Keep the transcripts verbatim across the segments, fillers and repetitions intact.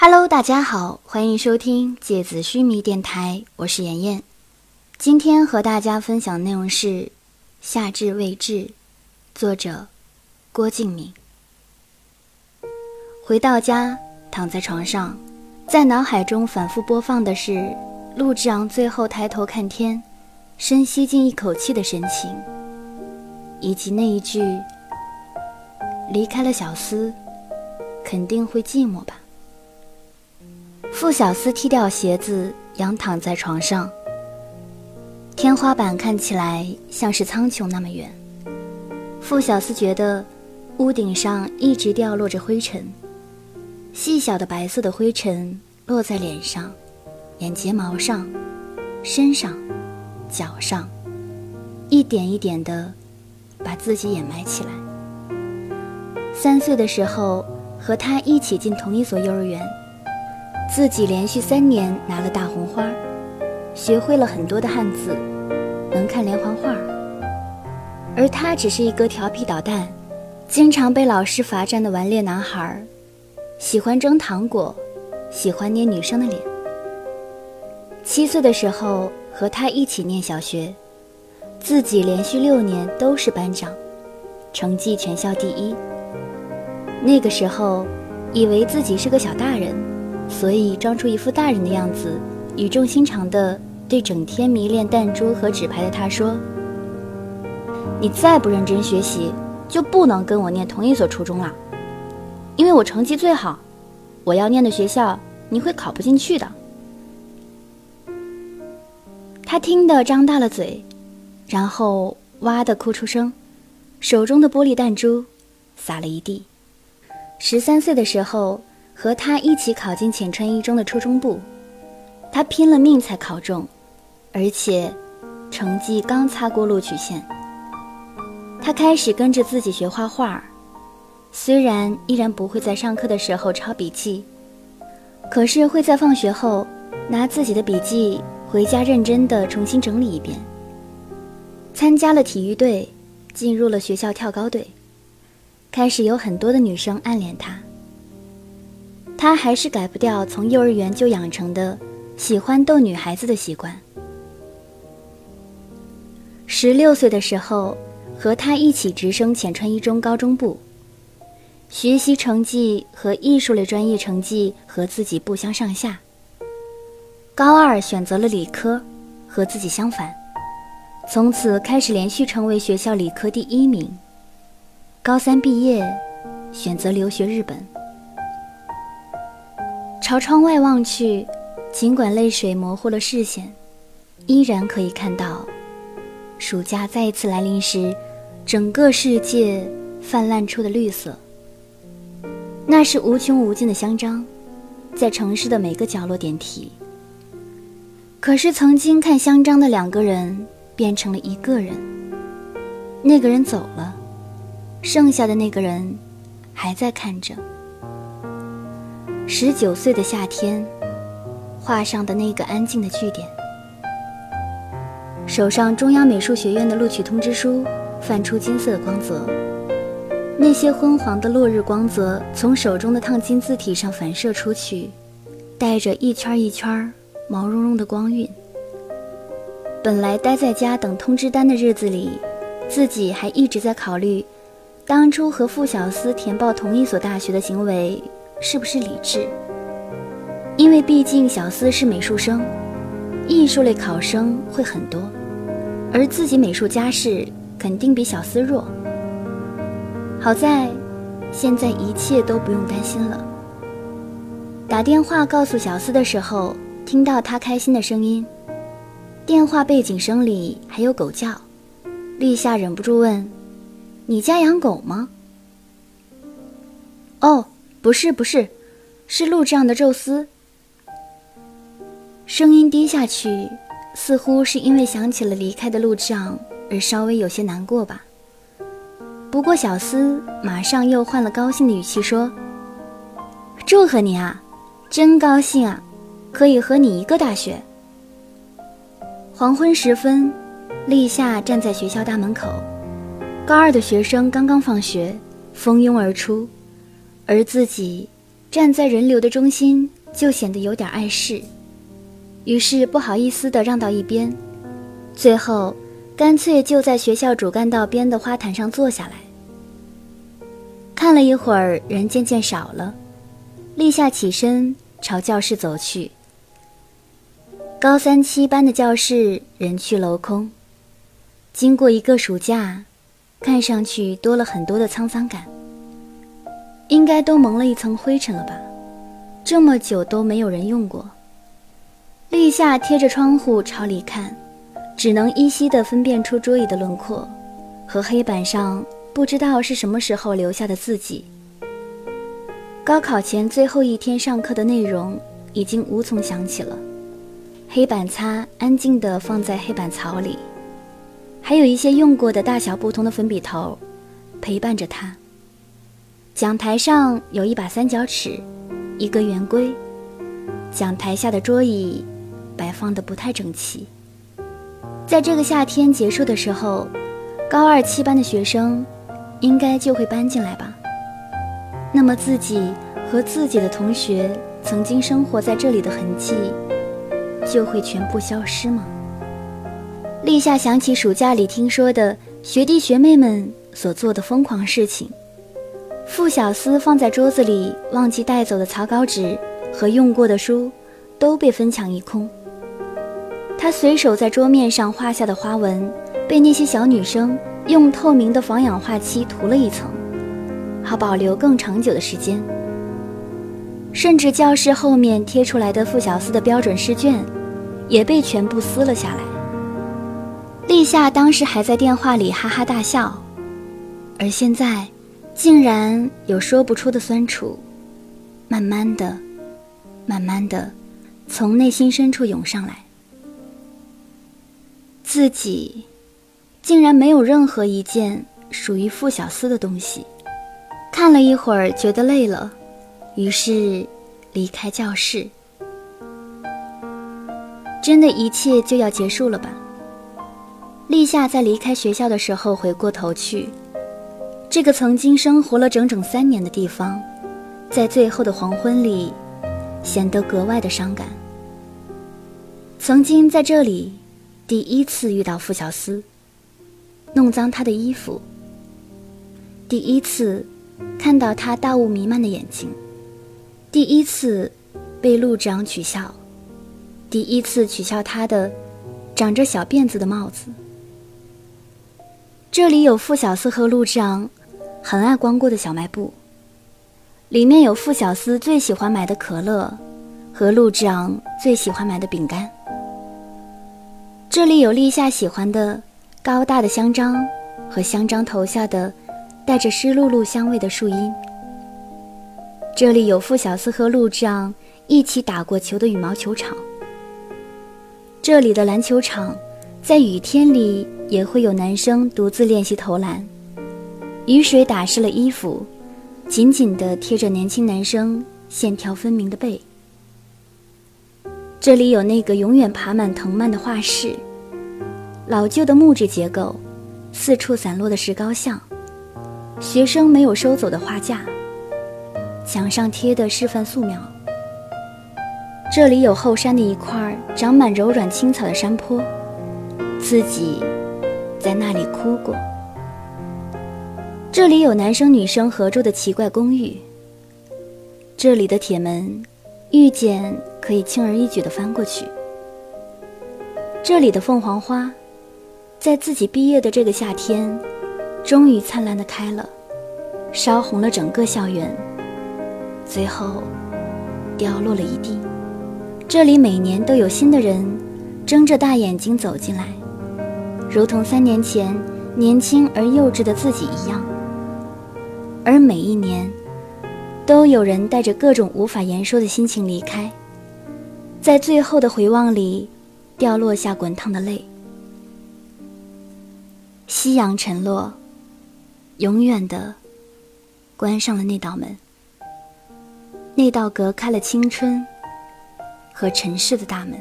Hello， 大家好，欢迎收听芥子须弥电台，我是妍妍。今天和大家分享的内容是《夏至未至》，作者郭敬明。回到家，躺在床上，在脑海中反复播放的是陆之昂最后抬头看天，深吸进一口气的神情，以及那一句离开了小司，肯定会寂寞吧。傅小司踢掉鞋子，仰躺在床上。天花板看起来像是苍穹那么远。傅小司觉得屋顶上一直掉落着灰尘，细小的白色的灰尘落在脸上、眼睫毛上、身上、脚上，一点一点地把自己掩埋起来。三岁的时候，和他一起进同一所幼儿园，自己连续三年拿了大红花，学会了很多的汉字，能看连环画。而他只是一个调皮捣蛋，经常被老师罚站的顽劣男孩，喜欢争糖果，喜欢捏女生的脸。七岁的时候和他一起念小学，自己连续六年都是班长，成绩全校第一。那个时候以为自己是个小大人，所以装出一副大人的样子，语重心长地对整天迷恋弹珠和纸牌的他说，你再不认真学习，就不能跟我念同一所初中了，因为我成绩最好，我要念的学校你会考不进去的。他听得张大了嘴，然后哇地哭出声，手中的玻璃弹珠洒了一地。十三岁的时候，和他一起考进浅川一中的初中部，他拼了命才考中，而且成绩刚擦过录取线。他开始跟着自己学画画，虽然依然不会在上课的时候抄笔记，可是会在放学后拿自己的笔记回家认真地重新整理一遍。参加了体育队，进入了学校跳高队，开始有很多的女生暗恋他。他还是改不掉从幼儿园就养成的喜欢逗女孩子的习惯。十六岁的时候，和他一起直升浅川一中高中部，学习成绩和艺术类专业成绩和自己不相上下。高二选择了理科，和自己相反，从此开始连续成为学校理科第一名。高三毕业，选择留学日本。朝窗外望去，尽管泪水模糊了视线，依然可以看到暑假再一次来临时，整个世界泛滥出的绿色。那是无穷无尽的香樟，在城市的每个角落点题。可是曾经看香樟的两个人变成了一个人，那个人走了，剩下的那个人还在看着。十九岁的夏天，画上的那个安静的句点。手上中央美术学院的录取通知书泛出金色的光泽，那些昏黄的落日光泽从手中的烫金字体上反射出去，带着一圈一圈毛茸茸的光晕。本来待在家等通知单的日子里，自己还一直在考虑当初和傅小司填报同一所大学的行为是不是理智。因为毕竟小司是美术生，艺术类考生会很多，而自己美术家世肯定比小司弱。好在现在一切都不用担心了。打电话告诉小司的时候，听到他开心的声音，电话背景声里还有狗叫。立夏忍不住问，你家养狗吗？哦，不是不是，是陆之昂的宙斯。声音低下去，似乎是因为想起了离开的陆之昂而稍微有些难过吧。不过小司马上又换了高兴的语气说，祝贺你啊，真高兴啊，可以和你一个大学。黄昏时分，立夏站在学校大门口，高二的学生刚刚放学，蜂拥而出，而自己站在人流的中心就显得有点碍事，于是不好意思地让到一边，最后干脆就在学校主干道边的花坛上坐下来。看了一会儿，人渐渐少了，立夏起身朝教室走去。高三七班的教室人去楼空，经过一个暑假，看上去多了很多的沧桑感，应该都蒙了一层灰尘了吧，这么久都没有人用过。立夏贴着窗户朝里看，只能依稀地分辨出桌椅的轮廓和黑板上不知道是什么时候留下的字迹。高考前最后一天上课的内容已经无从想起了，黑板擦安静地放在黑板槽里，还有一些用过的大小不同的粉笔头陪伴着他。讲台上有一把三角尺，一个圆规，讲台下的桌椅摆放得不太整齐。在这个夏天结束的时候，高二七班的学生应该就会搬进来吧。那么自己和自己的同学曾经生活在这里的痕迹就会全部消失吗？立夏想起暑假里听说的学弟学妹们所做的疯狂事情，傅小司放在桌子里忘记带走的草稿纸和用过的书都被分抢一空，他随手在桌面上画下的花纹被那些小女生用透明的防氧化漆涂了一层，好保留更长久的时间。甚至教室后面贴出来的傅小司的标准试卷也被全部撕了下来。立夏当时还在电话里哈哈大笑，而现在竟然有说不出的酸楚，慢慢的慢慢的从内心深处涌上来。自己竟然没有任何一件属于傅小司的东西。看了一会儿觉得累了，于是离开教室。真的一切就要结束了吧？立夏在离开学校的时候回过头去，这个曾经生活了整整三年的地方，在最后的黄昏里显得格外的伤感。曾经在这里第一次遇到傅小司，弄脏他的衣服，第一次看到他大雾弥漫的眼睛，第一次被陆长取笑，第一次取笑他的长着小辫子的帽子。这里有傅小司和陆长很爱光顾的小卖部，里面有傅小司最喜欢买的可乐和陆长最喜欢买的饼干。这里有立夏喜欢的高大的香樟和香樟头下的带着湿漉漉香味的树荫。这里有傅小司和陆长一起打过球的羽毛球场。这里的篮球场在雨天里也会有男生独自练习投篮，雨水打湿了衣服，紧紧地贴着年轻男生线条分明的背。这里有那个永远爬满藤蔓的画室，老旧的木质结构，四处散落的石膏像，学生没有收走的画架，墙上贴的示范素描。这里有后山的一块长满柔软青草的山坡，自己在那里哭过。这里有男生女生合住的奇怪公寓，这里的铁门遇见可以轻而易举地翻过去。这里的凤凰花在自己毕业的这个夏天终于灿烂地开了，烧红了整个校园，最后掉落了一地。这里每年都有新的人睁着大眼睛走进来，如同三年前年轻而幼稚的自己一样，而每一年都有人带着各种无法言说的心情离开，在最后的回望里掉落下滚烫的泪。夕阳沉落，永远地关上了那道门，那道隔开了青春和尘世的大门。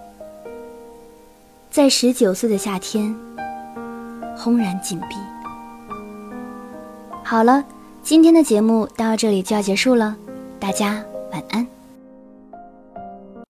在十九岁的夏天轰然紧闭。好了，今天的节目到这里就要结束了， 大家晚安。